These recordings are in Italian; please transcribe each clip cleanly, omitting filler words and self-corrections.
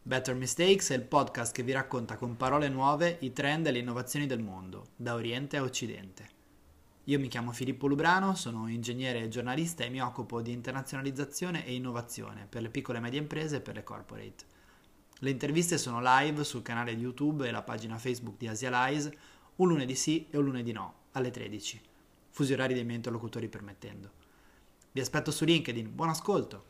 Better Mistakes è il podcast che vi racconta con parole nuove i trend e le innovazioni del mondo, da Oriente a Occidente. Io mi chiamo Filippo Lubrano, sono ingegnere e giornalista e mi occupo di internazionalizzazione e innovazione per le piccole e medie imprese e per le corporate. Le interviste sono live sul canale YouTube e la pagina Facebook di Asialize, un lunedì sì e un lunedì no, alle 13, fusi orari dei miei interlocutori permettendo. Vi aspetto su LinkedIn, buon ascolto!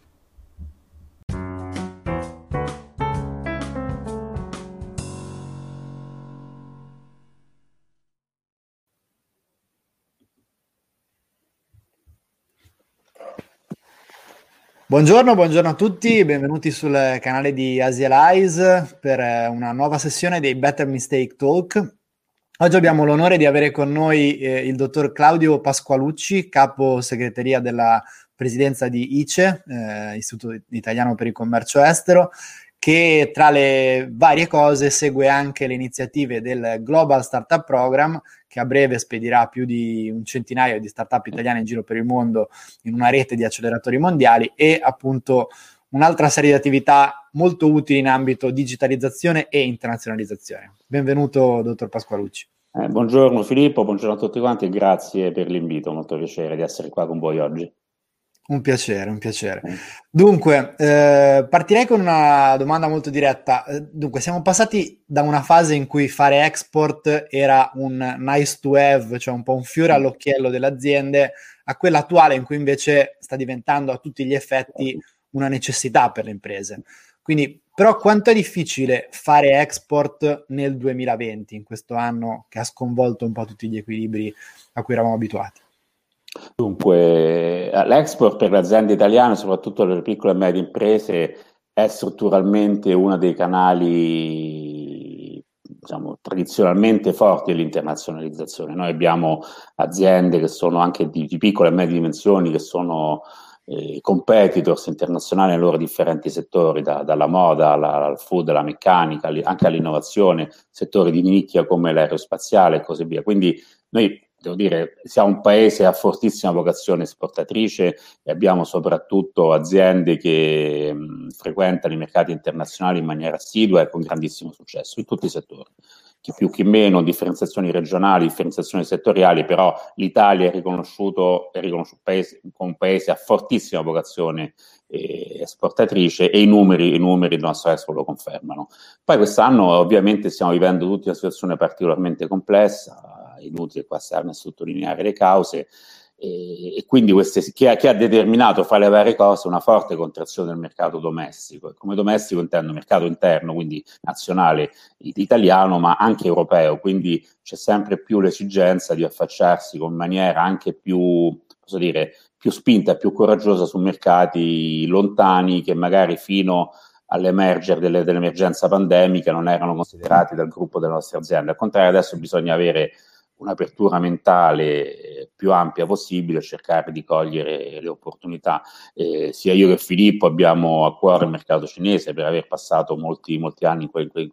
Buongiorno a tutti, benvenuti sul canale di Asialize per una nuova sessione dei Better Mistake Talk. Oggi abbiamo l'onore di avere con noi il dottor Claudio Pasqualucci, capo segreteria della presidenza di ICE, Istituto Italiano per il Commercio Estero, che tra le varie cose segue anche le iniziative del Global Startup Program, che a breve spedirà più di un centinaio di startup italiane in giro per il mondo in una rete di acceleratori mondiali, e appunto un'altra serie di attività molto utili in ambito digitalizzazione e internazionalizzazione. Benvenuto, dottor Pasqualucci. Buongiorno Filippo, buongiorno a tutti quanti e grazie per l'invito, molto piacere di essere qua con voi oggi. Un piacere. Dunque, partirei con una domanda molto diretta. Dunque, siamo passati da una fase in cui fare export era un nice to have, cioè un po' un fiore all'occhiello delle aziende, a quella attuale in cui invece sta diventando a tutti gli effetti una necessità per le imprese. Quindi, però, quanto è difficile fare export nel 2020, in questo anno che ha sconvolto un po' tutti gli equilibri a cui eravamo abituati? Dunque, l'export per le aziende italiane, soprattutto per le piccole e medie imprese, è strutturalmente uno dei canali, diciamo, tradizionalmente forti dell'internazionalizzazione. Noi abbiamo aziende che sono anche di piccole e medie dimensioni, che sono competitors internazionali nei loro differenti settori, dalla moda al food, alla meccanica, anche all'innovazione, settori di nicchia come l'aerospaziale e così via. Quindi noi, devo dire, siamo un paese a fortissima vocazione esportatrice e abbiamo soprattutto aziende che frequentano i mercati internazionali in maniera assidua e con grandissimo successo in tutti i settori. Chi più chi meno, differenziazioni regionali, differenziazioni settoriali, però l'Italia è riconosciuto come un paese a fortissima vocazione esportatrice e i numeri del nostro export lo confermano. Poi quest'anno ovviamente stiamo vivendo tutti una situazione particolarmente complessa, inutile qua starne a sottolineare le cause, e quindi che ha determinato fra le varie cose una forte contrazione del mercato domestico. E come domestico intendo mercato interno, quindi nazionale italiano, ma anche europeo, quindi c'è sempre più l'esigenza di affacciarsi con maniera anche più, posso dire, più spinta, più coraggiosa su mercati lontani che magari fino all'emergere dell'emergenza pandemica non erano considerati dal gruppo delle nostre aziende. Al contrario, adesso bisogna avere un'apertura mentale più ampia possibile, cercare di cogliere le opportunità. Sia io che Filippo abbiamo a cuore il mercato cinese per aver passato molti anni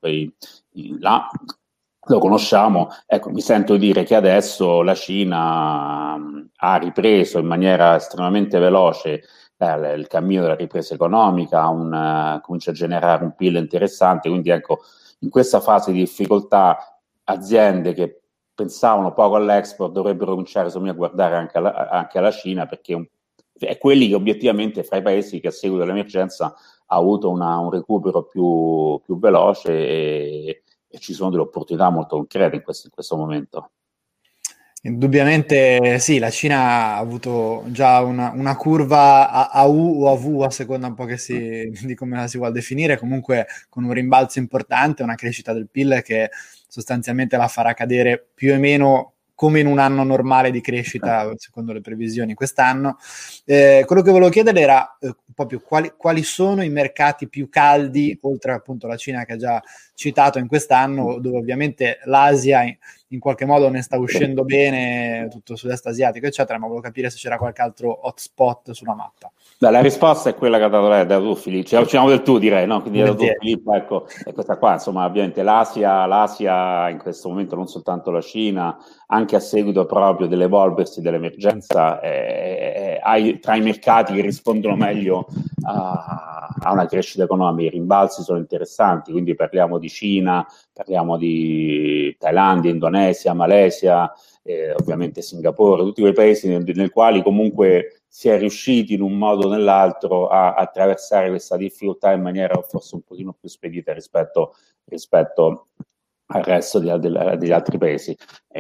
là, lo conosciamo. Ecco, mi sento dire che adesso la Cina ha ripreso in maniera estremamente veloce il cammino della ripresa economica, comincia a generare un PIL interessante, quindi ecco, in questa fase di difficoltà aziende che pensavano poco all'export dovrebbero cominciare a guardare anche alla Cina, perché è quelli che obiettivamente fra i paesi che a seguito dell'emergenza ha avuto un recupero più veloce e ci sono delle opportunità molto concrete in questo momento. Indubbiamente sì, la Cina ha avuto già una curva a U o a V, a seconda un po' di come la si vuole definire, comunque con un rimbalzo importante, una crescita del PIL che sostanzialmente la farà cadere più o meno come in un anno normale di crescita, secondo le previsioni quest'anno. Quello che volevo chiedere era proprio quali sono i mercati più caldi, oltre appunto la Cina che ha già citato in quest'anno, dove ovviamente l'Asia in qualche modo ne sta uscendo bene, tutto il sud-est asiatico, eccetera, ma volevo capire se c'era qualche altro hotspot sulla mappa. La risposta è quella che ha dato tu, Filippo. Ci diciamo del tu, direi, no? Quindi da tu, Filippo, ecco, è questa qua, insomma, ovviamente l'Asia in questo momento, non soltanto la Cina, anche a seguito proprio dell'evolversi dell'emergenza, tra i mercati che rispondono meglio a una crescita economica. I rimbalzi sono interessanti, quindi parliamo di Cina, parliamo di Thailandia, Indonesia, Malesia, ovviamente Singapore, tutti quei paesi nei quali comunque si è riusciti in un modo o nell'altro a attraversare questa difficoltà in maniera forse un pochino più spedita rispetto al resto degli altri paesi.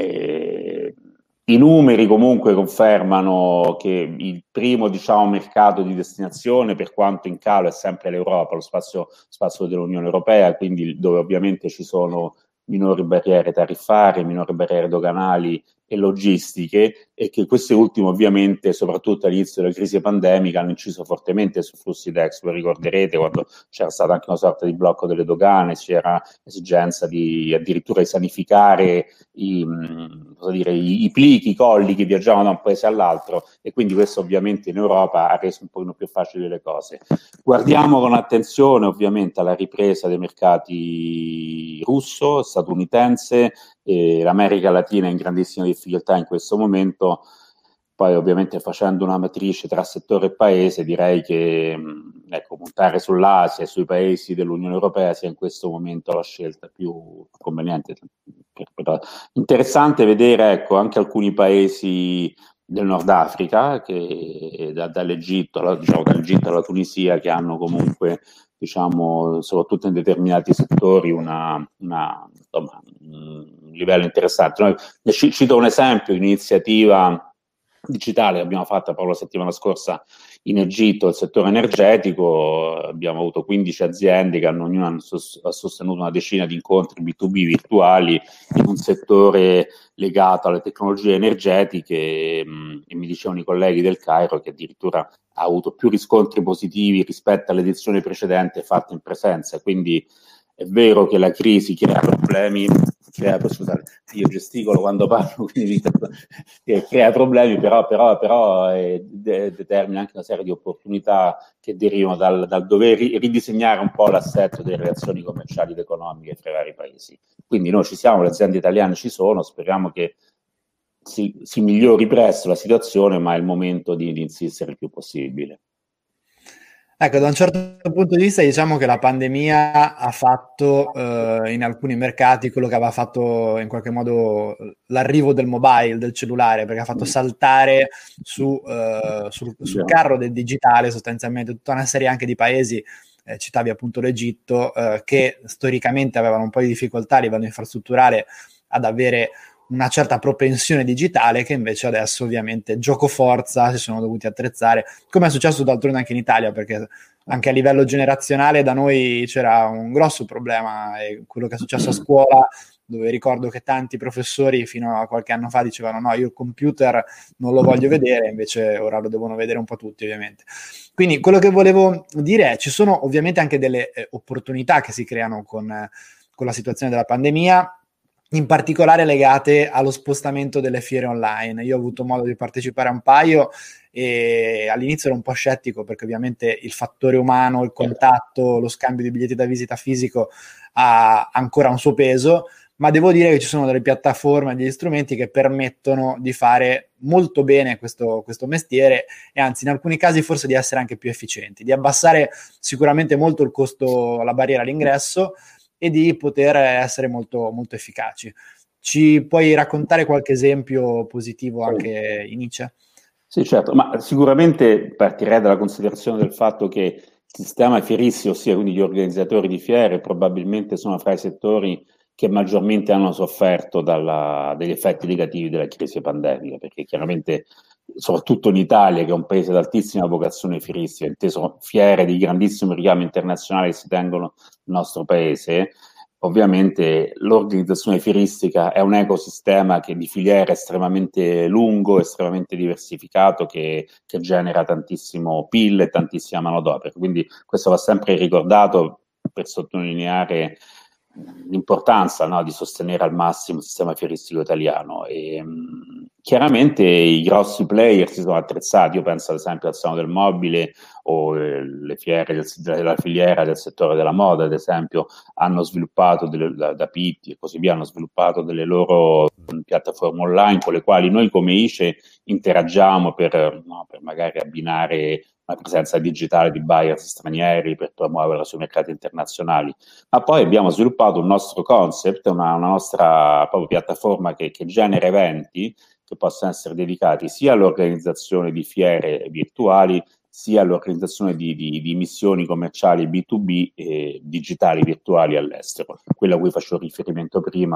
I numeri comunque confermano che il primo, diciamo, mercato di destinazione, per quanto in calo, è sempre l'Europa, lo spazio dell'Unione Europea, quindi dove ovviamente ci sono minori barriere tariffarie, minori barriere doganali e logistiche, e che queste ultime ovviamente, soprattutto all'inizio della crisi pandemica, hanno inciso fortemente sui flussi d'export. Ricorderete quando c'era stata anche una sorta di blocco delle dogane, c'era l'esigenza di addirittura sanificare i plichi, i colli che viaggiavano da un paese all'altro, e quindi questo ovviamente in Europa ha reso un pochino più facili le cose. Guardiamo con attenzione ovviamente alla ripresa dei mercati russo, statunitense, l'America Latina è in grandissima difficoltà in questo momento. Poi ovviamente facendo una matrice tra settore e paese, direi che puntare sull'Asia e sui paesi dell'Unione Europea sia in questo momento la scelta più conveniente. Interessante vedere anche alcuni paesi del Nord Africa, che dall'Egitto alla Tunisia, che hanno comunque, diciamo, soprattutto in determinati settori un livello interessante. Noi, cito un esempio di un'iniziativa digitale che abbiamo fatto proprio la settimana scorsa in Egitto, il settore energetico. Abbiamo avuto 15 aziende che ognuna ha sostenuto una decina di incontri B2B virtuali in un settore legato alle tecnologie energetiche, e mi dicevano i colleghi del Cairo che addirittura ha avuto più riscontri positivi rispetto all'edizione precedente fatta in presenza. Quindi è vero che la crisi crea problemi, scusate, io gesticolo quando parlo, quindi crea problemi, però determina anche una serie di opportunità che derivano dal dover ridisegnare un po' l'assetto delle relazioni commerciali ed economiche tra i vari paesi. Quindi noi ci siamo, le aziende italiane ci sono, speriamo che si migliori presto la situazione, ma è il momento di insistere il più possibile. Ecco, da un certo punto di vista diciamo che la pandemia ha fatto in alcuni mercati quello che aveva fatto in qualche modo l'arrivo del mobile, del cellulare, perché ha fatto saltare sul carro del digitale sostanzialmente tutta una serie anche di paesi, citavi appunto l'Egitto, che storicamente avevano un po' di difficoltà a livello infrastrutturale ad avere una certa propensione digitale, che invece adesso ovviamente gioco forza si sono dovuti attrezzare, come è successo d'altronde anche in Italia, perché anche a livello generazionale da noi c'era un grosso problema, e quello che è successo a scuola, dove ricordo che tanti professori fino a qualche anno fa dicevano no, io il computer non lo voglio vedere, invece ora lo devono vedere un po' tutti ovviamente. Quindi quello che volevo dire è ci sono ovviamente anche delle opportunità che si creano con la situazione della pandemia, in particolare legate allo spostamento delle fiere online. Io ho avuto modo di partecipare a un paio e all'inizio ero un po' scettico, perché ovviamente il fattore umano, il contatto, lo scambio di biglietti da visita fisico ha ancora un suo peso, ma devo dire che ci sono delle piattaforme, degli strumenti che permettono di fare molto bene questo mestiere, e anzi in alcuni casi forse di essere anche più efficienti, di abbassare sicuramente molto il costo, la barriera all'ingresso, e di poter essere molto, molto efficaci. Ci puoi raccontare qualche esempio positivo anche in ICE? Sì, certo, ma sicuramente partirei dalla considerazione del fatto che il sistema fieristico, ossia quindi gli organizzatori di fiere, probabilmente sono fra i settori che maggiormente hanno sofferto degli effetti negativi della crisi pandemica, perché chiaramente, soprattutto in Italia, che è un paese ad altissima vocazione fieristica, inteso fiere di grandissimo richiamo internazionale che si tengono nel nostro paese, ovviamente l'organizzazione fieristica è un ecosistema di filiera estremamente lungo, estremamente diversificato, che genera tantissimo PIL e tantissima manodopera. Quindi questo va sempre ricordato per sottolineare l'importanza, no, di sostenere al massimo il sistema fieristico italiano. Chiaramente i grossi player si sono attrezzati, io penso ad esempio al Salone del Mobile o le fiere della filiera del settore della moda, ad esempio, hanno sviluppato da Pitti e così via, hanno sviluppato delle loro piattaforme online con le quali noi come ICE interagiamo per magari abbinare una presenza digitale di buyers stranieri per promuoverla sui mercati internazionali. Ma poi abbiamo sviluppato un nostro concept, una nostra proprio piattaforma che genera eventi che possono essere dedicati sia all'organizzazione di fiere virtuali, sia all'organizzazione di missioni commerciali B2B digitali virtuali all'estero. Quello a cui facevo riferimento prima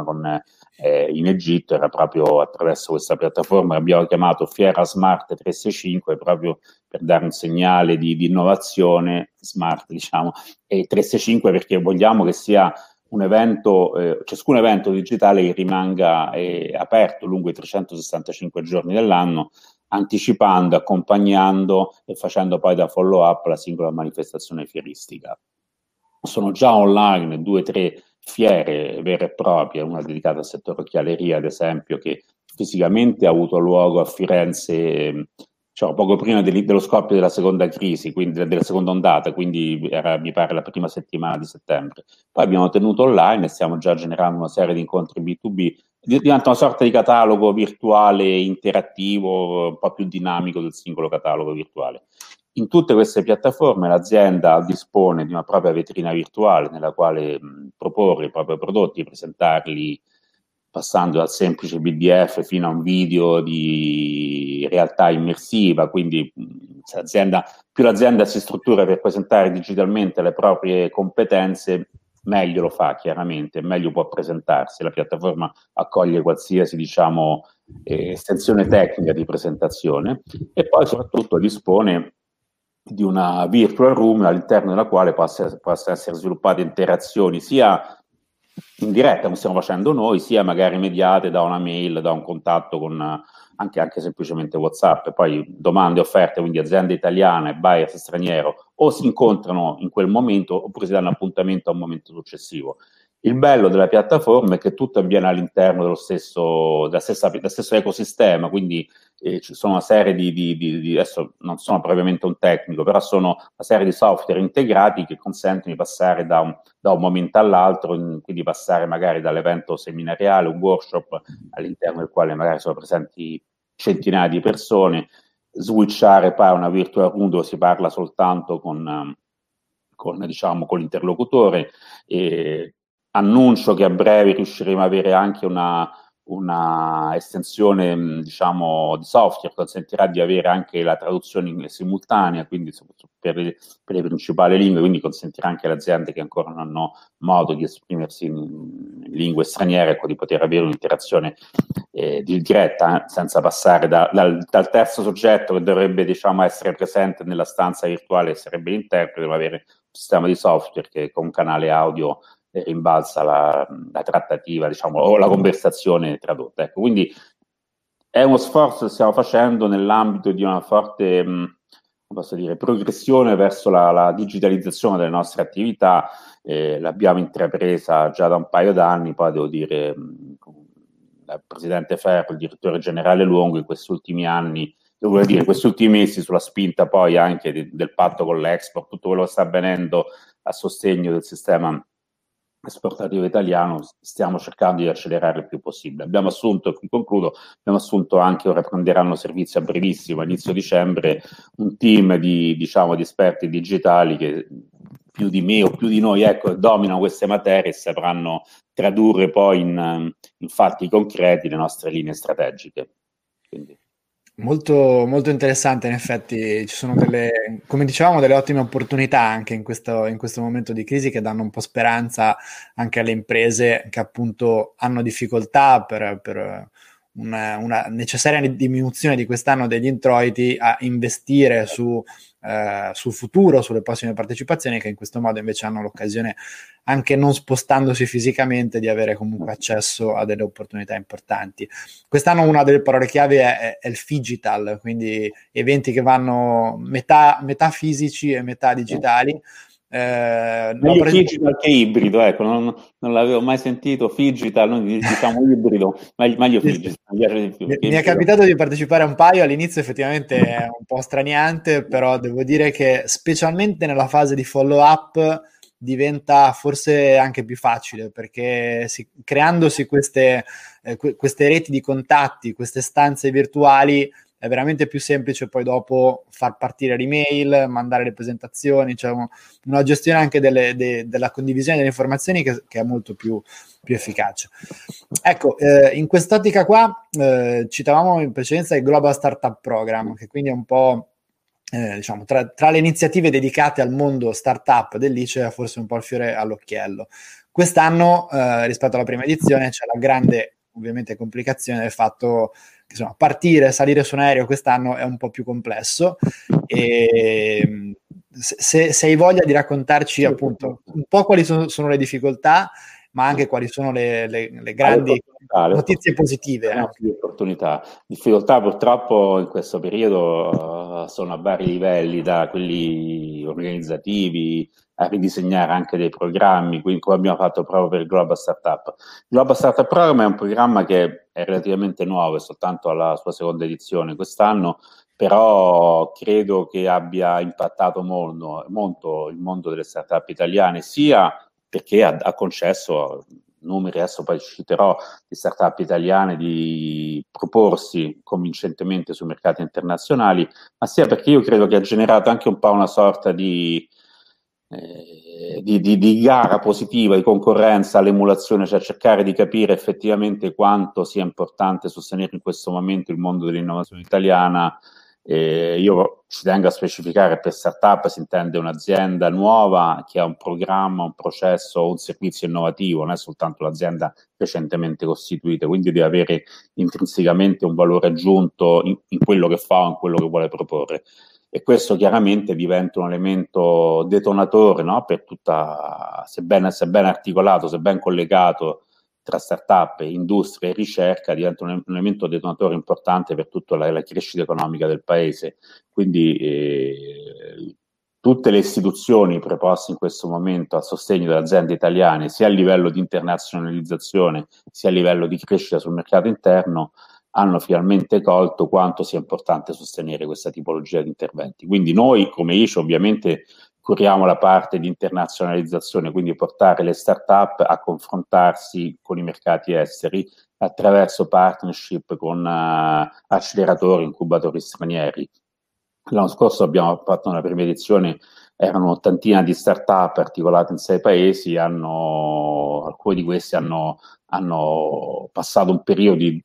in Egitto era proprio attraverso questa piattaforma che abbiamo chiamato Fiera Smart 365, proprio per dare un segnale di innovazione smart, diciamo, e 365 perché vogliamo che sia un evento, ciascun evento digitale che rimanga aperto lungo i 365 giorni dell'anno, anticipando, accompagnando e facendo poi da follow up la singola manifestazione fieristica. Sono già online 2 o 3 fiere vere e proprie, una dedicata al settore occhialeria, ad esempio, che fisicamente ha avuto luogo a Firenze, cioè, poco prima dello scoppio della seconda crisi, quindi della seconda ondata, quindi era, mi pare, la prima settimana di settembre. Poi abbiamo tenuto online e stiamo già generando una serie di incontri B2B, diventa una sorta di catalogo virtuale interattivo, un po' più dinamico del singolo catalogo virtuale. In tutte queste piattaforme l'azienda dispone di una propria vetrina virtuale nella quale proporre i propri prodotti, presentarli passando dal semplice PDF fino a un video di realtà immersiva, quindi più l'azienda si struttura per presentare digitalmente le proprie competenze, meglio lo fa chiaramente, meglio può presentarsi. La piattaforma accoglie qualsiasi, diciamo, estensione tecnica di presentazione e poi soprattutto dispone di una virtual room all'interno della quale possono essere sviluppate interazioni sia in diretta, come stiamo facendo noi, sia magari mediate da una mail, da un contatto con anche semplicemente WhatsApp. Poi domande, offerte, quindi aziende italiane e buyer straniero o si incontrano in quel momento oppure si danno appuntamento a un momento successivo. Il bello della piattaforma è che tutto avviene all'interno dello stesso ecosistema, quindi ci sono una serie adesso non sono propriamente un tecnico, però sono una serie di software integrati che consentono di passare da un momento all'altro, quindi passare magari dall'evento seminariale, un workshop all'interno del quale magari sono presenti centinaia di persone, switchare poi a una virtual room dove si parla soltanto con l'interlocutore. Annuncio che a breve riusciremo ad avere anche una estensione, diciamo, di software, consentirà di avere anche la traduzione simultanea, quindi per le principali lingue, quindi consentirà anche alle aziende che ancora non hanno modo di esprimersi in lingue straniere, ecco, di poter avere un'interazione diretta, senza passare dal terzo soggetto che dovrebbe, diciamo, essere presente nella stanza virtuale, sarebbe l'interprete, ma avere un sistema di software che con un canale audio rimbalza la trattativa, diciamo, o la conversazione tradotta. Ecco, quindi è uno sforzo che stiamo facendo nell'ambito di una forte, posso dire, progressione verso la digitalizzazione delle nostre attività. L'abbiamo intrapresa già da un paio d'anni, poi devo dire, il presidente Ferro, il direttore generale Luongo, in questi ultimi anni, devo dire, questi ultimi mesi, sulla spinta poi anche del patto con l'Export, tutto quello che sta avvenendo a sostegno del sistema esportativo italiano, stiamo cercando di accelerare il più possibile. Abbiamo assunto, e qui concludo, abbiamo assunto anche, ora prenderanno servizio a brevissimo, a inizio dicembre, un team di esperti digitali che più di me o più di noi, ecco, dominano queste materie e sapranno tradurre poi in fatti concreti le nostre linee strategiche. Quindi. Molto, molto interessante, in effetti ci sono come dicevamo, delle ottime opportunità anche in questo momento di crisi che danno un po' speranza anche alle imprese che appunto hanno difficoltà per una necessaria diminuzione di quest'anno degli introiti a investire sul futuro, sulle prossime partecipazioni, che in questo modo invece hanno l'occasione, anche non spostandosi fisicamente, di avere comunque accesso a delle opportunità importanti. Quest'anno una delle parole chiave è il digital, quindi eventi che vanno metà fisici e metà digitali. Meglio digital che ibrido, ecco, non l'avevo mai sentito, digital, noi diciamo ibrido, meglio digital, mi piace di più. Mi è capitato di partecipare a un paio, all'inizio effettivamente è un po' straniante, però devo dire che specialmente nella fase di follow up diventa forse anche più facile, perché creandosi queste reti di contatti, queste stanze virtuali, è veramente più semplice poi dopo far partire l'email, mandare le presentazioni, cioè una gestione anche della condivisione delle informazioni che è molto più efficace. Ecco, in quest'ottica qua citavamo in precedenza il Global Startup Program, che quindi è un po' diciamo tra le iniziative dedicate al mondo startup dell'ICE forse un po' il fiore all'occhiello. Quest'anno rispetto alla prima edizione c'è la grande ovviamente complicazione del fatto che insomma, partire, salire su un aereo quest'anno è un po' più complesso e se hai voglia di raccontarci appunto un po' quali sono le difficoltà, ma anche quali sono le grandi notizie positive. Opportunità. Difficoltà purtroppo in questo periodo sono a vari livelli, da quelli organizzativi a ridisegnare anche dei programmi, quindi come abbiamo fatto proprio per il Global Startup. Il Global Startup Program è un programma che è relativamente nuovo, è soltanto alla sua seconda edizione quest'anno, però credo che abbia impattato molto il mondo delle startup italiane, sia perché ha concesso numeri, adesso poi citerò, di startup italiane di proporsi convincentemente sui mercati internazionali, ma sia perché io credo che ha generato anche un po' una sorta di gara positiva, di concorrenza all'emulazione, cioè cercare di capire effettivamente quanto sia importante sostenere in questo momento il mondo dell'innovazione italiana. Io ci tengo a specificare, per startup si intende un'azienda nuova che ha un programma, un processo o un servizio innovativo, non è soltanto l'azienda recentemente costituita, quindi deve avere intrinsecamente un valore aggiunto in quello che fa o in quello che vuole proporre. E questo chiaramente diventa un elemento detonatore, no? Per tutta, se ben articolato, se ben collegato tra startup, industria e ricerca, diventa un elemento detonatore importante per tutta la crescita economica del paese. Quindi tutte le istituzioni preposte in questo momento a sostegno delle aziende italiane, sia a livello di internazionalizzazione, sia a livello di crescita sul mercato interno, hanno finalmente colto quanto sia importante sostenere questa tipologia di interventi. Quindi noi, come ICE, ovviamente curiamo la parte di internazionalizzazione, quindi portare le start-up a confrontarsi con i mercati esteri attraverso partnership con acceleratori, incubatori stranieri. L'anno scorso abbiamo fatto una prima edizione, erano un'ottantina di start-up articolate in 6 paesi, alcuni di questi hanno passato un periodo di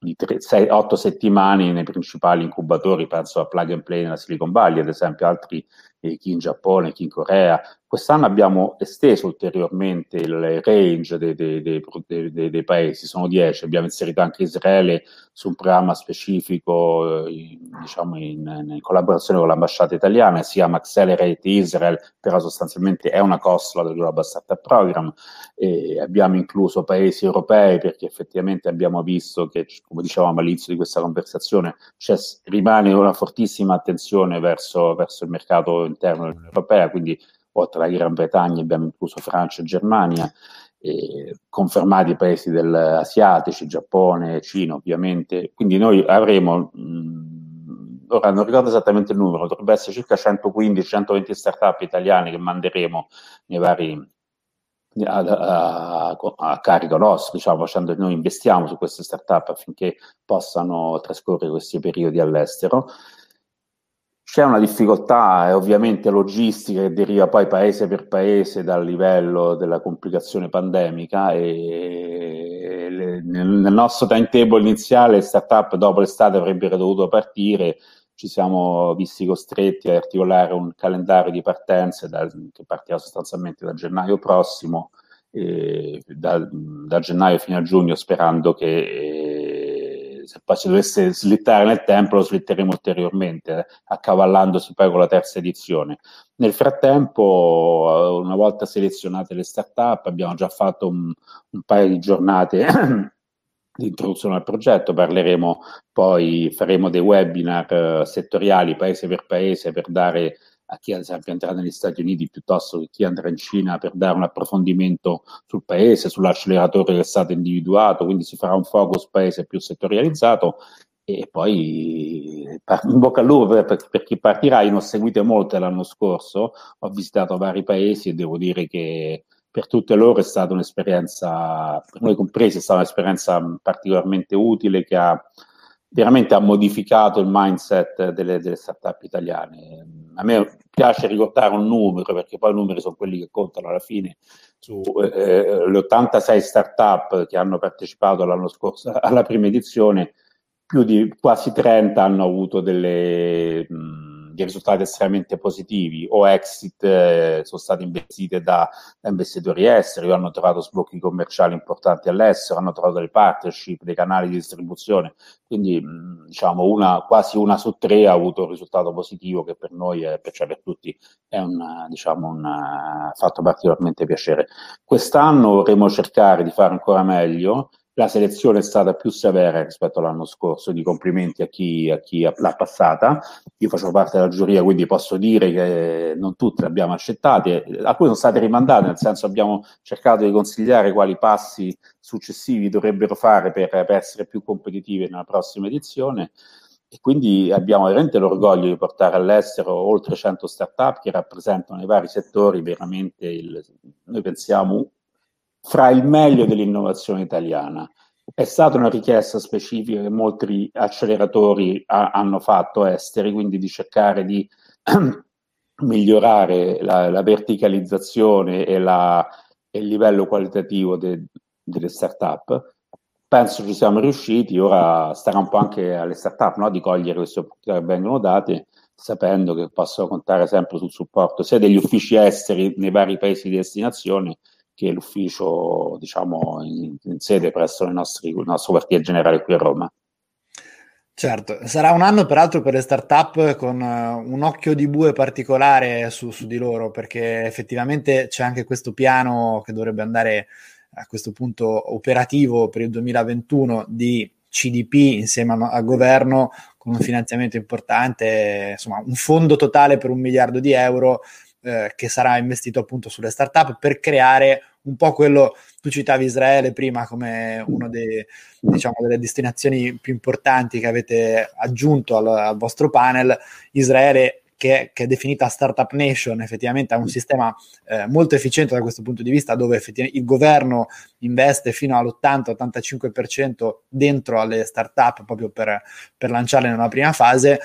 8 settimane nei principali incubatori, penso a Plug and Play nella Silicon Valley, ad esempio, altri chi in Giappone, chi in Corea. Quest'anno abbiamo esteso ulteriormente il range dei paesi, sono 10, abbiamo inserito anche Israele su un programma specifico, diciamo in collaborazione con l'ambasciata italiana, si chiama Accelerate Israel, però sostanzialmente è una costola del Global Startup Program. Abbiamo incluso paesi europei perché effettivamente abbiamo visto che, come dicevamo all'inizio di questa conversazione, rimane una fortissima attenzione verso il mercato interno dell'Unione Europea, quindi oltre alla Gran Bretagna abbiamo incluso Francia e Germania, confermati i paesi asiatici, Giappone, Cina ovviamente, quindi noi avremo, ora non ricordo esattamente il numero, dovrebbe essere circa 115-120 startup italiane che manderemo nei vari a carico nostro, diciamo, facendo noi investiamo su queste startup affinché possano trascorrere questi periodi all'estero. C'è una difficoltà ovviamente logistica che deriva poi paese per paese dal livello della complicazione pandemica e nel nostro timetable iniziale le startup dopo l'estate avrebbero dovuto partire, ci siamo visti costretti a articolare un calendario di partenze che partirà sostanzialmente da gennaio prossimo, da gennaio fino a giugno, sperando che se poi si dovesse slittare nel tempo lo slitteremo ulteriormente, accavallandosi poi con la terza edizione. Nel frattempo, una volta selezionate le start-up, abbiamo già fatto un paio di giornate di introduzione al progetto, faremo dei webinar settoriali paese per paese per dare a chi ad esempio andrà negli Stati Uniti piuttosto che chi andrà in Cina, per dare un approfondimento sul paese, sull'acceleratore che è stato individuato, quindi si farà un focus paese più settorializzato. E poi in bocca al lupo per chi partirà. Io ne ho seguite molte l'anno scorso, ho visitato vari paesi e devo dire che per tutte loro è stata un'esperienza, per noi compresi, è stata un'esperienza particolarmente utile che ha veramente ha modificato il mindset delle startup italiane. A me piace ricordare un numero, perché poi i numeri sono quelli che contano alla fine, su le 86 startup che hanno partecipato l'anno scorso alla prima edizione, più di quasi 30 hanno avuto dei risultati estremamente positivi, o exit sono state investite da investitori esteri, o hanno trovato sbocchi commerciali importanti all'estero, hanno trovato delle partnership, dei canali di distribuzione. Quindi diciamo quasi una su tre ha avuto un risultato positivo, che per noi, cioè per tutti, è diciamo, un fatto particolarmente piacere. Quest'anno vorremmo cercare di fare ancora meglio. La selezione è stata più severa rispetto all'anno scorso, di complimenti a chi l'ha passata. Io faccio parte della giuria, quindi posso dire che non tutte le abbiamo accettate, alcune sono state rimandate, nel senso abbiamo cercato di consigliare quali passi successivi dovrebbero fare per essere più competitivi nella prossima edizione. E quindi abbiamo veramente l'orgoglio di portare all'estero oltre 100 start-up che rappresentano i vari settori veramente, noi pensiamo, fra il meglio dell'innovazione italiana. È stata una richiesta specifica che molti acceleratori hanno fatto esteri, quindi di cercare di migliorare la verticalizzazione e il livello qualitativo delle start-up. Penso ci siamo riusciti, ora starà un po' anche alle start-up, no, di cogliere queste opportunità che vengono date, sapendo che possono contare sempre sul supporto sia degli uffici esteri nei vari paesi di destinazione, che l'ufficio, diciamo, in sede presso il nostro quartier generale qui a Roma. Certo, sarà un anno peraltro per le start-up con un occhio di bue particolare su di loro, perché effettivamente c'è anche questo piano che dovrebbe andare a questo punto operativo per il 2021 di CDP insieme al governo, con un finanziamento importante, insomma un fondo totale per 1 miliardo di euro che sarà investito appunto sulle start-up per creare un po' quello. Tu citavi Israele prima come uno diciamo, delle destinazioni più importanti che avete aggiunto al vostro panel. Israele, che è definita Startup Nation, effettivamente ha un sistema molto efficiente da questo punto di vista, dove effettivamente il governo investe fino all'80-85% dentro alle startup proprio per lanciarle nella prima fase.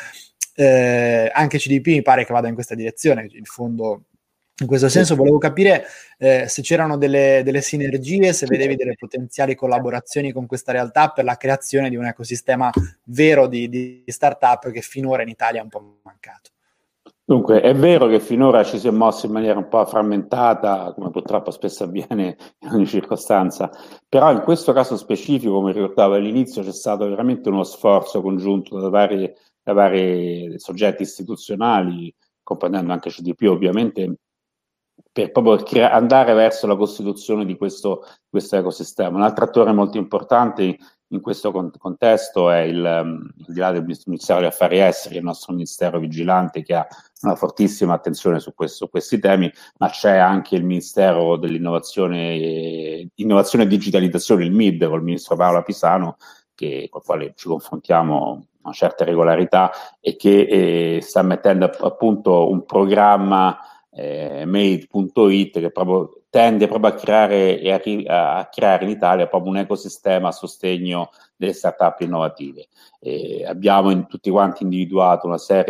Anche CDP mi pare che vada in questa direzione, il fondo. In questo senso volevo capire se c'erano delle sinergie, se vedevi delle potenziali collaborazioni con questa realtà per la creazione di un ecosistema vero di startup che finora in Italia è un po' mancato. Dunque, è vero che finora ci si è mosso in maniera un po' frammentata, come purtroppo spesso avviene in ogni circostanza, però in questo caso specifico, come ricordavo all'inizio, c'è stato veramente uno sforzo congiunto da vari soggetti istituzionali, comprendendo anche CDP ovviamente, per proprio andare verso la costituzione di questo ecosistema. Un altro attore molto importante in questo contesto è al di là del Ministero degli Affari Esteri, il nostro Ministero vigilante, che ha una fortissima attenzione su questi temi, ma c'è anche il Ministero dell'Innovazione Innovazione e Digitalizzazione, il MID, con il Ministro Paola Pisano, con il quale ci confrontiamo una certa regolarità e che sta mettendo appunto un programma made.it che proprio tende proprio a creare a creare in Italia proprio un ecosistema a sostegno delle start-up innovative. Abbiamo tutti quanti individuato una serie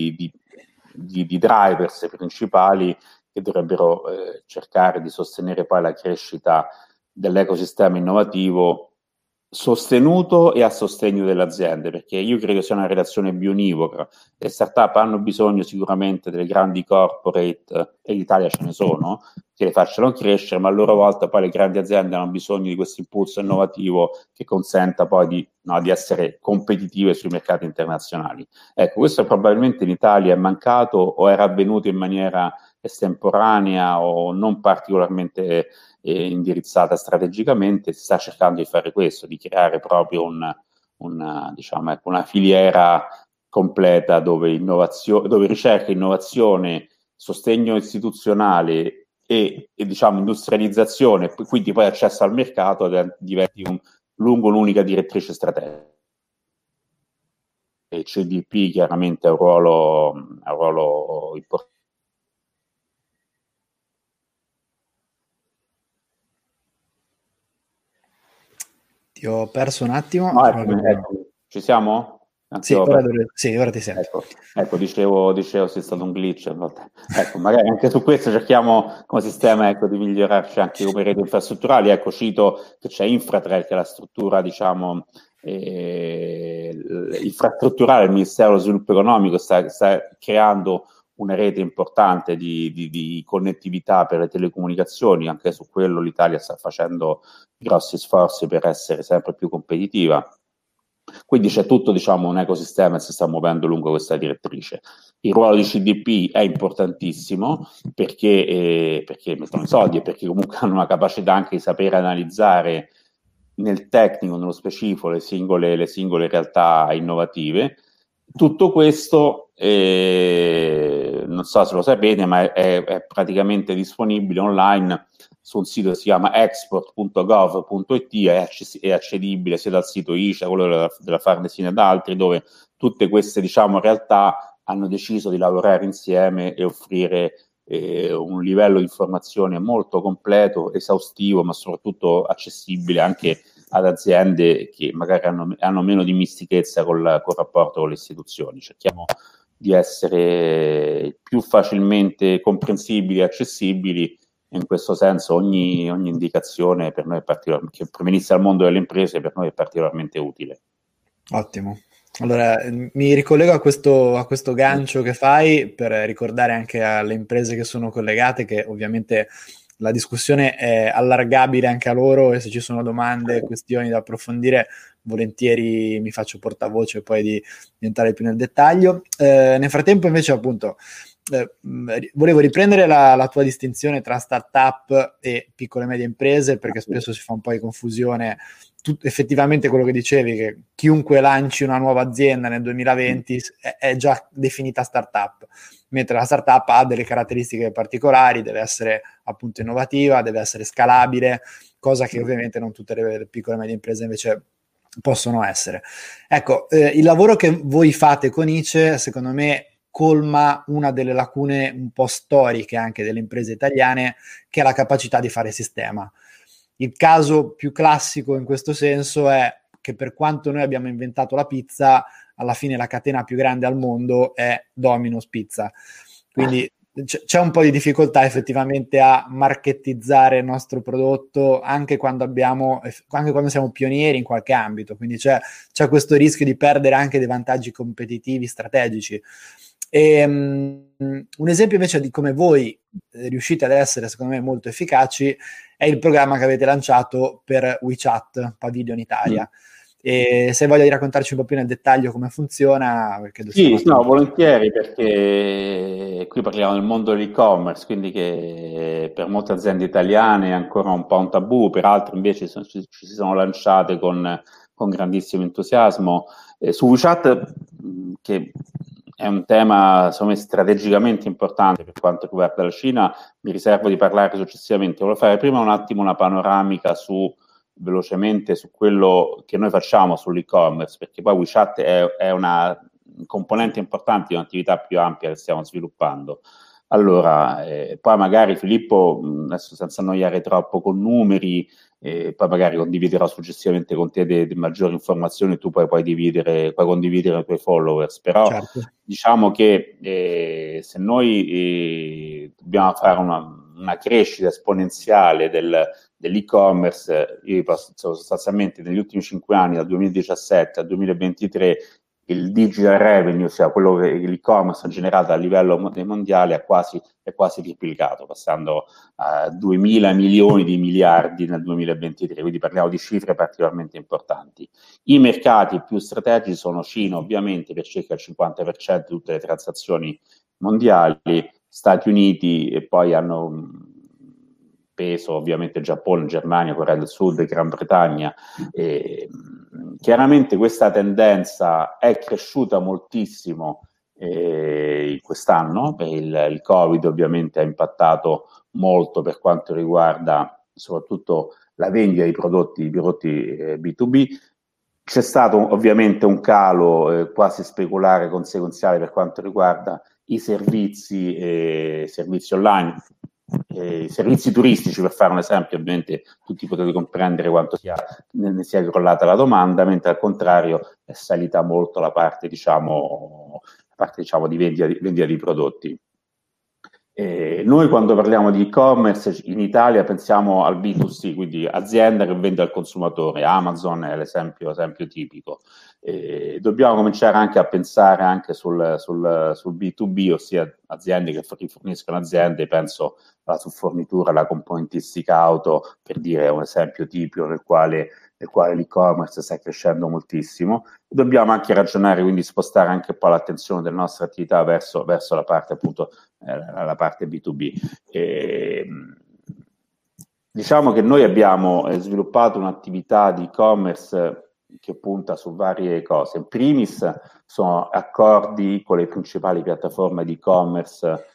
di drivers principali che dovrebbero cercare di sostenere poi la crescita dell'ecosistema innovativo sostenuto e a sostegno delle aziende, perché io credo sia una relazione bionivoca. Le start-up hanno bisogno sicuramente delle grandi corporate, e in Italia ce ne sono, che le facciano crescere, ma a loro volta poi le grandi aziende hanno bisogno di questo impulso innovativo che consenta poi di essere competitive sui mercati internazionali. Ecco, questo probabilmente in Italia è mancato o era avvenuto in maniera estemporanea o non particolarmente indirizzata strategicamente. Si sta cercando di fare questo, di creare proprio diciamo, ecco, una filiera completa dove ricerca, innovazione, sostegno istituzionale diciamo industrializzazione, quindi poi accesso al mercato diventi lungo l'unica direttrice strategica. E CDP chiaramente ha un ruolo importante. Ti ho perso un attimo. No, eccomi. Ci siamo? Sì, ora ti sento. Ecco, dicevo sia stato un glitch. Ecco, magari anche su questo cerchiamo come sistema, ecco, di migliorarci anche come rete infrastrutturali. Ecco, cito che c'è Infratrel, che è la struttura, diciamo, infrastrutturale. Il Ministero dello Sviluppo Economico sta creando una rete importante di connettività per le telecomunicazioni. Anche su quello l'Italia sta facendo grossi sforzi per essere sempre più competitiva. Quindi c'è tutto, diciamo, un ecosistema che si sta muovendo lungo questa direttrice. Il ruolo di CDP è importantissimo perché mettono i soldi e perché comunque hanno una capacità anche di sapere analizzare nel tecnico, nello specifico, le singole realtà innovative. Tutto questo, non so se lo sapete, ma è praticamente disponibile online su un sito che si chiama export.gov.it, è accedibile sia dal sito ICE, quello della Farnesina ed altri, dove tutte queste, diciamo, realtà hanno deciso di lavorare insieme e offrire un livello di informazione molto completo, esaustivo, ma soprattutto accessibile anche ad aziende che magari hanno meno dimestichezza col rapporto con le istituzioni. Cerchiamo di essere più facilmente comprensibili e accessibili. In questo senso ogni indicazione per noi è che provenisse dal mondo delle imprese per noi è particolarmente utile. Ottimo. Allora, mi ricollego a questo gancio che fai per ricordare anche alle imprese che sono collegate che ovviamente la discussione è allargabile anche a loro e se ci sono domande, questioni da approfondire, volentieri mi faccio portavoce poi di entrare più nel dettaglio. Nel frattempo invece appunto volevo riprendere la tua distinzione tra startup e piccole e medie imprese perché spesso si fa un po' di confusione. Effettivamente quello che dicevi, che chiunque lanci una nuova azienda nel 2020 è già definita startup, mentre la startup ha delle caratteristiche particolari, deve essere appunto innovativa, deve essere scalabile, cosa che ovviamente non tutte le piccole e medie imprese invece possono essere. Ecco, il lavoro che voi fate con ICE, secondo me, colma una delle lacune un po' storiche anche delle imprese italiane, che è la capacità di fare sistema. Il caso più classico in questo senso è che per quanto noi abbiamo inventato la pizza, alla fine la catena più grande al mondo è Domino's Pizza. Quindi c'è un po' di difficoltà effettivamente a marketizzare il nostro prodotto anche quando siamo pionieri in qualche ambito. Quindi c'è questo rischio di perdere anche dei vantaggi competitivi strategici. Un esempio invece di come voi riuscite ad essere, secondo me, molto efficaci è il programma che avete lanciato per WeChat Pavilion Italia. E se hai voglia di raccontarci un po' più nel dettaglio come funziona, perché sì, no, volentieri, perché qui parliamo del mondo dell'e-commerce, quindi che per molte aziende italiane è ancora un po' un tabù, per altre invece ci si sono lanciate con grandissimo entusiasmo. Su WeChat, che è un tema, secondo me, strategicamente importante per quanto riguarda la Cina, mi riservo di parlare successivamente. Volevo fare prima un attimo una panoramica velocemente su quello che noi facciamo sull'e-commerce, perché poi WeChat è una componente importante di un'attività più ampia che stiamo sviluppando. Allora, poi magari Filippo, adesso senza annoiare troppo con numeri, poi magari condividerò successivamente con te delle maggiori informazioni, tu poi puoi condividere i tuoi followers, però certo. Diciamo che se noi dobbiamo fare una crescita esponenziale dell'e-commerce, sostanzialmente negli ultimi 5 anni, dal 2017 al 2023, il digital revenue, ossia quello che l'e-commerce ha generato a livello mondiale, è quasi triplicato, passando a 2.000 milioni di miliardi nel 2023, quindi parliamo di cifre particolarmente importanti. I mercati più strategici sono Cina, ovviamente, per circa il 50% di tutte le transazioni mondiali, Stati Uniti, e poi hanno peso ovviamente Giappone, Germania, Corea del Sud, Gran Bretagna. Chiaramente questa tendenza è cresciuta moltissimo in quest'anno, il Covid ovviamente ha impattato molto per quanto riguarda soprattutto la vendita di prodotti B2B. C'è stato ovviamente un calo quasi conseguenziale per quanto riguarda i servizi online, i servizi turistici, per fare un esempio, ovviamente tutti potete comprendere quanto ne sia crollata la domanda, mentre al contrario è salita molto la parte, diciamo, di vendita di prodotti. Noi quando parliamo di e-commerce in Italia pensiamo al B2C, quindi azienda che vende al consumatore. Amazon è l'esempio tipico. Dobbiamo cominciare anche a pensare anche sul B2B, ossia aziende che riforniscono aziende, penso alla subfornitura, alla componentistica auto, per dire un esempio tipico nel quale l'e-commerce sta crescendo moltissimo. Dobbiamo anche ragionare, quindi spostare anche un po' l'attenzione della nostra attività verso la parte appunto la parte B2B. Diciamo che noi abbiamo sviluppato un'attività di e-commerce che punta su varie cose. In primis sono accordi con le principali piattaforme di e-commerce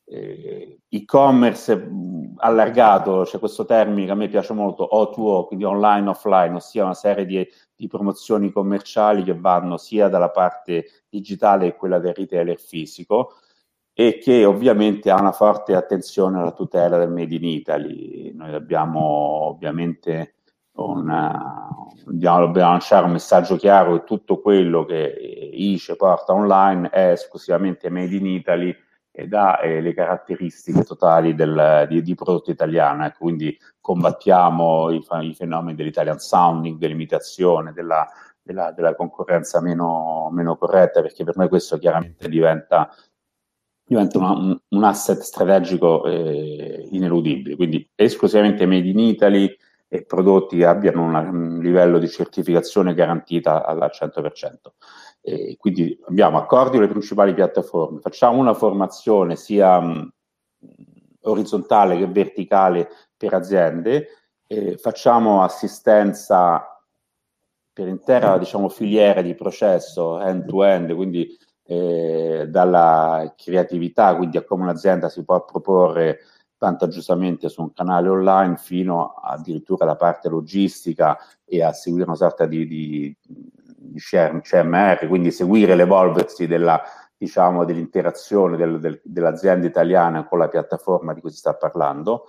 allargato, c'è questo termine che a me piace molto, O2O, quindi online offline, ossia una serie di promozioni commerciali che vanno sia dalla parte digitale che quella del retailer fisico, e che ovviamente ha una forte attenzione alla tutela del Made in Italy. Noi abbiamo ovviamente dobbiamo lanciare un messaggio chiaro che tutto quello che ICE porta online è esclusivamente Made in Italy ed ha le caratteristiche totali di prodotto italiano. Ecco, quindi combattiamo i fenomeni dell'Italian sounding, dell'imitazione, della concorrenza meno corretta, perché per noi questo chiaramente diventa un asset strategico ineludibile, quindi esclusivamente Made in Italy e prodotti che abbiano un livello di certificazione garantita al 100%. Quindi abbiamo accordi con le principali piattaforme, facciamo una formazione sia orizzontale che verticale per aziende, facciamo assistenza per intera, diciamo, filiera di processo end-to-end, quindi dalla creatività, quindi a come un'azienda si può proporre vantaggiosamente su un canale online, fino addirittura alla parte logistica e a seguire una sorta di CMR, quindi seguire l'evolversi dell'interazione dell'azienda italiana con la piattaforma di cui si sta parlando.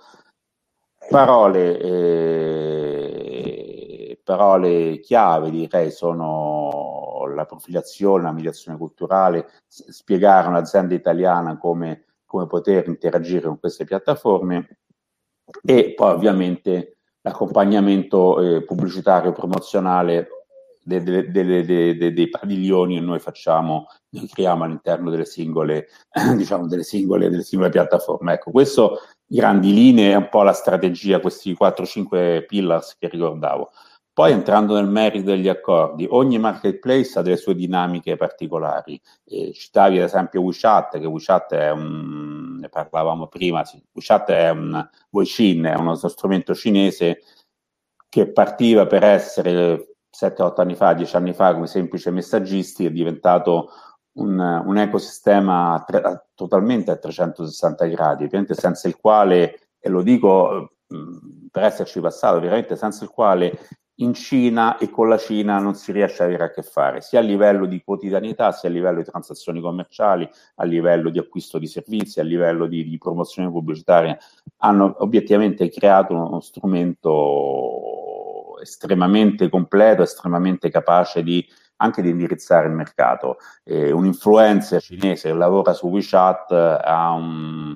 Parole chiave, direi, sono la profilazione, la mediazione culturale, spiegare a un'azienda italiana come poter interagire con queste piattaforme, e poi ovviamente l'accompagnamento pubblicitario promozionale dei padiglioni che noi creiamo all'interno delle singole piattaforme. Ecco, questo grandi linee è un po' la strategia, questi 4-5 pillars che ricordavo. Poi entrando nel merito degli accordi, ogni marketplace ha delle sue dinamiche particolari. Citavi ad esempio WeChat, che WeChat è ne parlavamo prima, WeChat è Weixin, è uno strumento cinese che partiva per essere 7-8 anni fa, 10 anni fa, come semplice messaggistica, è diventato un ecosistema totalmente a 360 gradi, ovviamente senza il quale, e lo dico per esserci passato, veramente senza il quale in Cina e con la Cina non si riesce ad avere a che fare, sia a livello di quotidianità, sia a livello di transazioni commerciali, a livello di acquisto di servizi, a livello di promozione pubblicitaria. Hanno obiettivamente creato uno strumento estremamente completo, estremamente capace anche di indirizzare il mercato. Un influencer cinese che lavora su WeChat ha un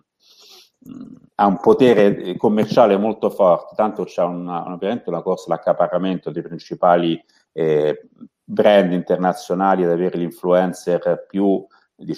potere commerciale molto forte, tanto c'è ovviamente una corsa all'accaparramento dei principali brand internazionali ad avere l'influencer più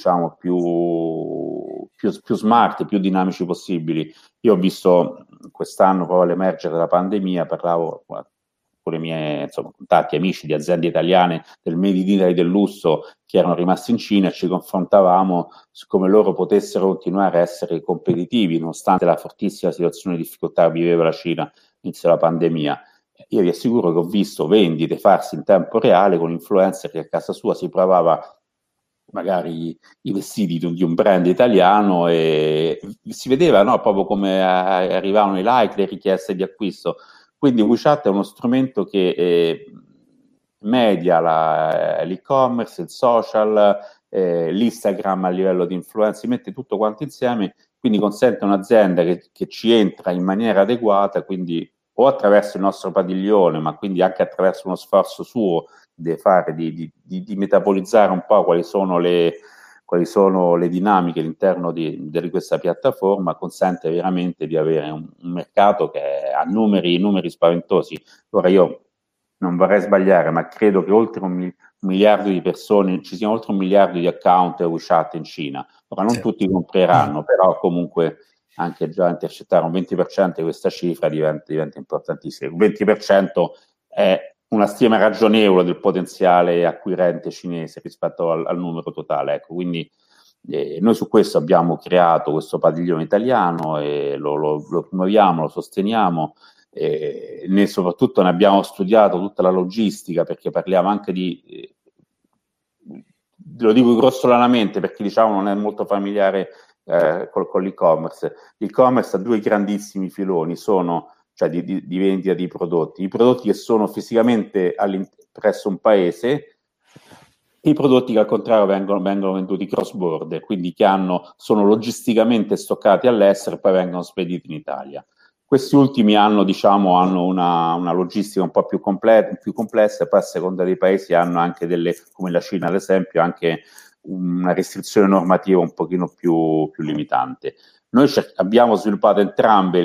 smart, più dinamici possibili. Io ho visto quest'anno, proprio all'emergere della pandemia, parlavo con i miei contatti, amici di aziende italiane del Made in Italy del lusso che erano rimasti in Cina, e ci confrontavamo su come loro potessero continuare a essere competitivi nonostante la fortissima situazione di difficoltà che viveva la Cina inizio della pandemia. Io vi assicuro che ho visto vendite farsi in tempo reale con influencer che a casa sua si provava magari i vestiti di un brand italiano e si vedeva, no, proprio come arrivavano i like, le richieste di acquisto. Quindi WeChat è uno strumento che media l'e-commerce, il social, l'Instagram a livello di influenza, mette tutto quanto insieme quindi consente a un'azienda che ci entra in maniera adeguata, quindi o attraverso il nostro padiglione, ma quindi anche attraverso uno sforzo suo di metabolizzare un po' quali sono le dinamiche all'interno di questa piattaforma, consente veramente di avere un mercato che ha numeri spaventosi. Ora io non vorrei sbagliare, ma credo che oltre un miliardo di persone, ci siano oltre 1 miliardo di account WeChat in Cina. Ora non tutti compreranno, però comunque anche già intercettare un 20% di questa cifra diventa importantissimo. Il 20% è una stima ragionevole del potenziale acquirente cinese rispetto al numero totale. Ecco, quindi noi su questo abbiamo creato questo padiglione italiano e lo promuoviamo, lo sosteniamo. Soprattutto ne abbiamo studiato tutta la logistica, perché parliamo anche lo dico grossolanamente perché diciamo non è molto familiare con l'e-commerce. L'e-commerce ha 2 grandissimi filoni, cioè di vendita di prodotti, i prodotti che sono fisicamente presso un paese, i prodotti che al contrario vengono venduti cross border, quindi sono logisticamente stoccati all'estero e poi vengono spediti in Italia. Questi ultimi hanno una logistica un po' più complessa, e poi a seconda dei paesi hanno anche come la Cina ad esempio, anche una restrizione normativa un pochino più limitante. Noi abbiamo sviluppato entrambe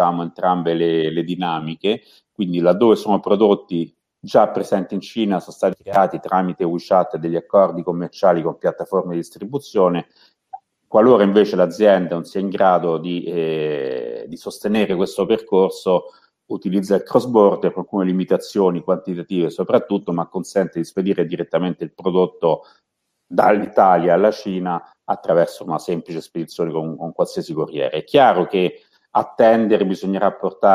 le dinamiche, quindi laddove sono prodotti già presenti in Cina sono stati creati tramite WeChat degli accordi commerciali con piattaforme di distribuzione. Qualora invece l'azienda non sia in grado di sostenere questo percorso, utilizza il cross border con alcune limitazioni quantitative soprattutto, ma consente di spedire direttamente il prodotto dall'Italia alla Cina attraverso una semplice spedizione con qualsiasi corriere. È chiaro che a tendere bisognerà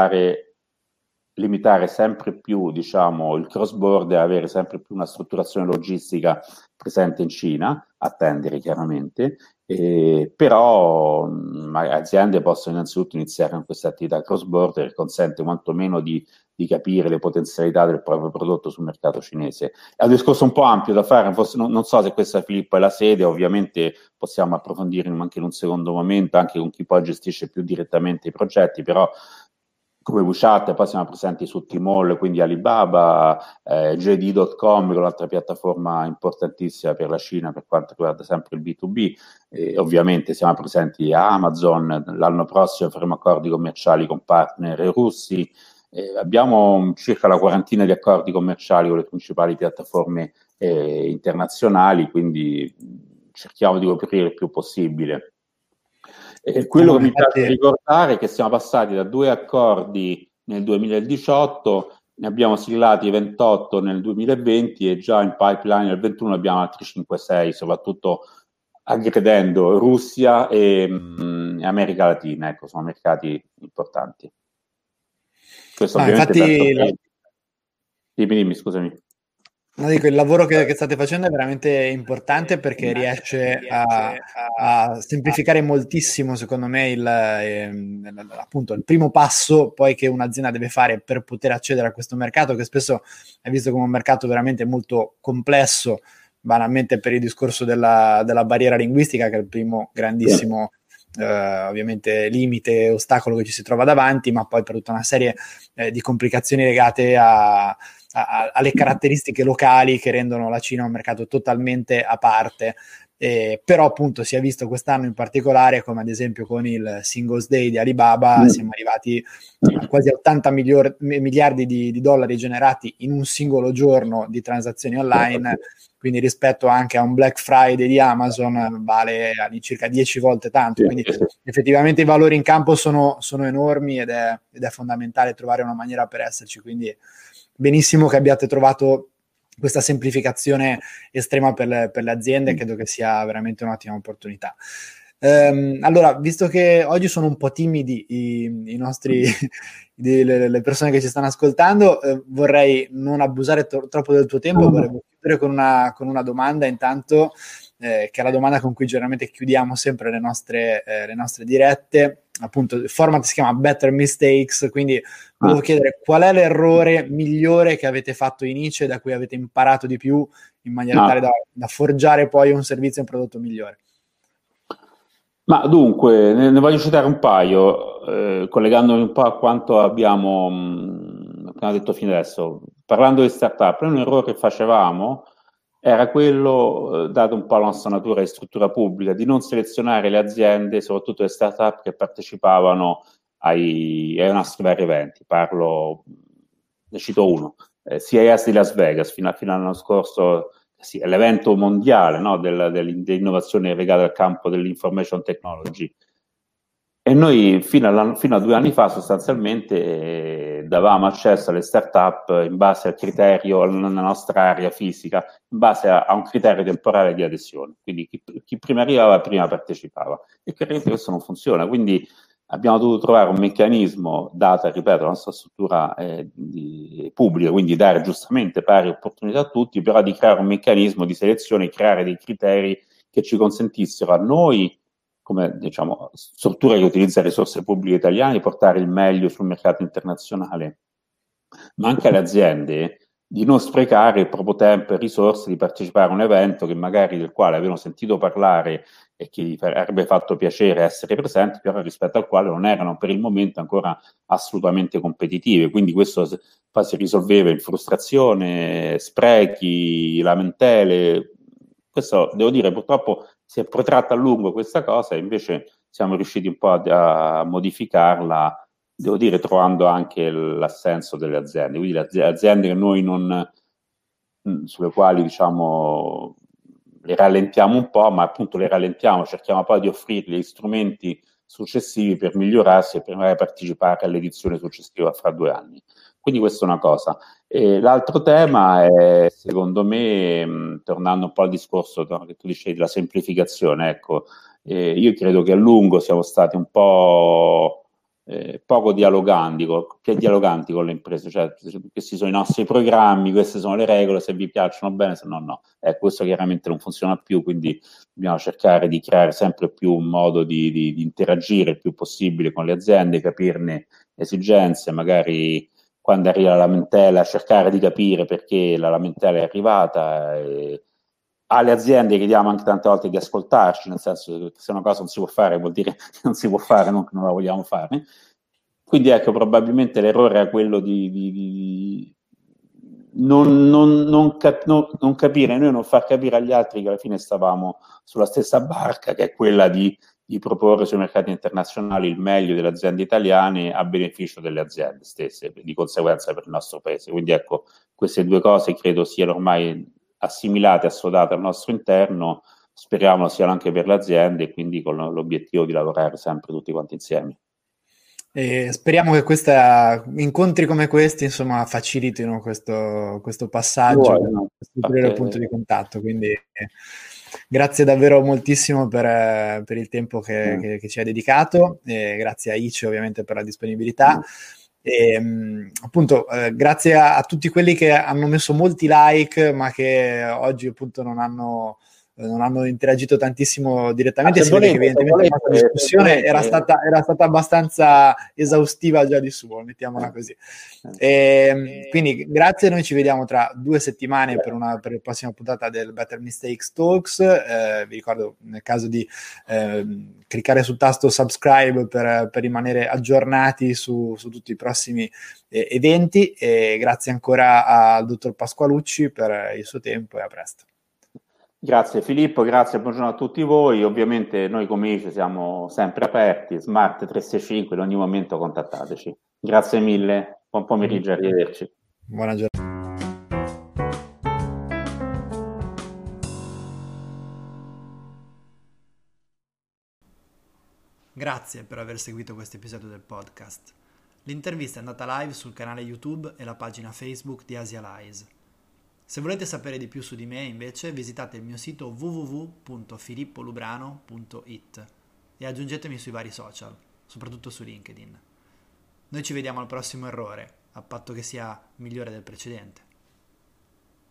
limitare sempre più, il cross border, avere sempre più una strutturazione logistica presente in Cina, attendere chiaramente, però aziende possono innanzitutto iniziare con questa attività cross border che consente quantomeno di capire le potenzialità del proprio prodotto sul mercato cinese. È un discorso un po' ampio da fare, non so se questa, Filippo, è la sede, ovviamente possiamo approfondire anche in un secondo momento, anche con chi poi gestisce più direttamente i progetti, però come WeChat, poi siamo presenti su Tmall, quindi Alibaba, JD.com, con l'altra piattaforma importantissima per la Cina per quanto riguarda sempre il B2B, ovviamente siamo presenti a Amazon, l'anno prossimo faremo accordi commerciali con partner russi, abbiamo circa la quarantina di accordi commerciali con le principali piattaforme internazionali, quindi cerchiamo di coprire il più possibile. Quello che mi piace ricordare è che siamo passati da 2 accordi nel 2018, ne abbiamo siglati 28 nel 2020 e già in pipeline nel 2021 abbiamo altri 5-6, soprattutto aggredendo Russia e America Latina, ecco, sono mercati importanti. Questo ovviamente dimmi, scusami. No, dico, il lavoro che state facendo è veramente importante perché riesce a semplificare moltissimo, secondo me, appunto il primo passo poi che un'azienda deve fare per poter accedere a questo mercato, che spesso è visto come un mercato veramente molto complesso, banalmente per il discorso della barriera linguistica, che è il primo grandissimo ovviamente limite, ostacolo che ci si trova davanti, ma poi per tutta una serie di complicazioni legate alle caratteristiche locali che rendono la Cina un mercato totalmente a parte. Però appunto si è visto quest'anno in particolare, come ad esempio con il Singles Day di Alibaba, siamo arrivati a quasi 80 miliardi di dollari generati in un singolo giorno di transazioni online, quindi rispetto anche a un Black Friday di Amazon vale circa 10 volte tanto, quindi effettivamente i valori in campo sono enormi ed è fondamentale trovare una maniera per esserci, quindi benissimo che abbiate trovato questa semplificazione estrema per le aziende, credo che sia veramente un'ottima opportunità. Allora, visto che oggi sono un po' timidi i nostri le persone che ci stanno ascoltando, vorrei non abusare troppo del tuo tempo, vorrei chiudere con una domanda intanto, che è la domanda con cui generalmente chiudiamo sempre le nostre dirette. Appunto, il format si chiama Better Mistakes, quindi volevo chiedere qual è l'errore migliore che avete fatto in ICE, da cui avete imparato di più in maniera tale da forgiare poi un servizio e un prodotto migliore. Ma dunque, ne voglio citare un paio, collegandomi un po' a quanto abbiamo appena detto fino adesso. Parlando di startup, noi un errore che facevamo era quello, dato un po' la nostra natura di struttura pubblica, di non selezionare le aziende, soprattutto le startup che partecipavano ai nostri vari eventi. Ne cito uno, CES di Las Vegas, fino all'anno scorso, sì, è l'evento mondiale, no, dell'innovazione legata al campo dell'information technology. E noi fino a 2 anni fa sostanzialmente davamo accesso alle start-up in base al criterio, nella nostra area fisica, in base a un criterio temporale di adesione. Quindi chi prima arrivava, prima partecipava. E chiaramente questo non funziona. Quindi abbiamo dovuto trovare un meccanismo, data, ripeto, la nostra struttura pubblica, quindi dare giustamente pari opportunità a tutti, però di creare un meccanismo di selezione, creare dei criteri che ci consentissero a noi come diciamo, struttura che utilizza risorse pubbliche italiane, portare il meglio sul mercato internazionale, ma anche alle aziende di non sprecare il proprio tempo e risorse di partecipare a un evento che magari del quale avevano sentito parlare e che gli avrebbe fatto piacere essere presenti, però rispetto al quale non erano per il momento ancora assolutamente competitive. Quindi questo poi si risolveva in frustrazione, sprechi, lamentele. Questo devo dire, purtroppo si è protratta a lungo questa cosa e invece siamo riusciti un po' a modificarla, devo dire, trovando anche l'assenso delle aziende. Quindi le aziende che noi non, sulle quali diciamo le rallentiamo un po', ma appunto le rallentiamo, cerchiamo poi di offrirgli gli strumenti successivi per migliorarsi e per partecipare all'edizione successiva fra 2 anni. Quindi questa è una cosa. E l'altro tema è, secondo me, tornando un po' al discorso che tu dicevi della semplificazione, ecco, io credo che a lungo siamo stati un po' poco dialoganti con le imprese, cioè questi sono i nostri programmi, queste sono le regole, se vi piacciono bene, se no no. Questo chiaramente non funziona più, quindi dobbiamo cercare di creare sempre più un modo di interagire il più possibile con le aziende, capirne esigenze, magari quando arriva la lamentela, cercare di capire perché la lamentela è arrivata. Alle aziende chiediamo anche tante volte di ascoltarci, nel senso che se una cosa non si può fare vuol dire che non si può fare, non che non la vogliamo fare. Quindi ecco, probabilmente l'errore è quello di non capire, noi non far capire agli altri che alla fine stavamo sulla stessa barca, che è quella di proporre sui mercati internazionali il meglio delle aziende italiane a beneficio delle aziende stesse, di conseguenza per il nostro paese. Quindi ecco, queste due cose credo siano ormai assimilate, assodate al nostro interno, speriamo siano anche per le aziende e quindi con l'obiettivo di lavorare sempre tutti quanti insieme. E speriamo che incontri come questi, insomma, facilitino questo passaggio, No? questo ulteriore punto di contatto. Quindi grazie davvero moltissimo per il tempo che ci hai dedicato, e grazie a Ice ovviamente per la disponibilità. E, appunto, grazie a tutti quelli che hanno messo molti like, ma che oggi appunto non hanno interagito tantissimo direttamente. Si vede che evidentemente la nostra discussione era stata abbastanza esaustiva già di suo, mettiamola così. Quindi grazie, noi ci vediamo tra 2 settimane per la prossima puntata del Better Mistakes Talks. Vi ricordo, nel caso di cliccare sul tasto subscribe per rimanere aggiornati su tutti i prossimi eventi, e grazie ancora al dottor Pasqualucci per il suo tempo, e a presto. Grazie Filippo, grazie, buongiorno a tutti voi. Ovviamente noi come ICE siamo sempre aperti, Smart 365, in ogni momento contattateci. Grazie mille, buon pomeriggio, arrivederci. Buona giornata. Grazie per aver seguito questo episodio del podcast. L'intervista è andata live sul canale YouTube e la pagina Facebook di Asialize. Se volete sapere di più su di me, invece, visitate il mio sito www.filippolubrano.it e aggiungetemi sui vari social, soprattutto su LinkedIn. Noi ci vediamo al prossimo errore, a patto che sia migliore del precedente.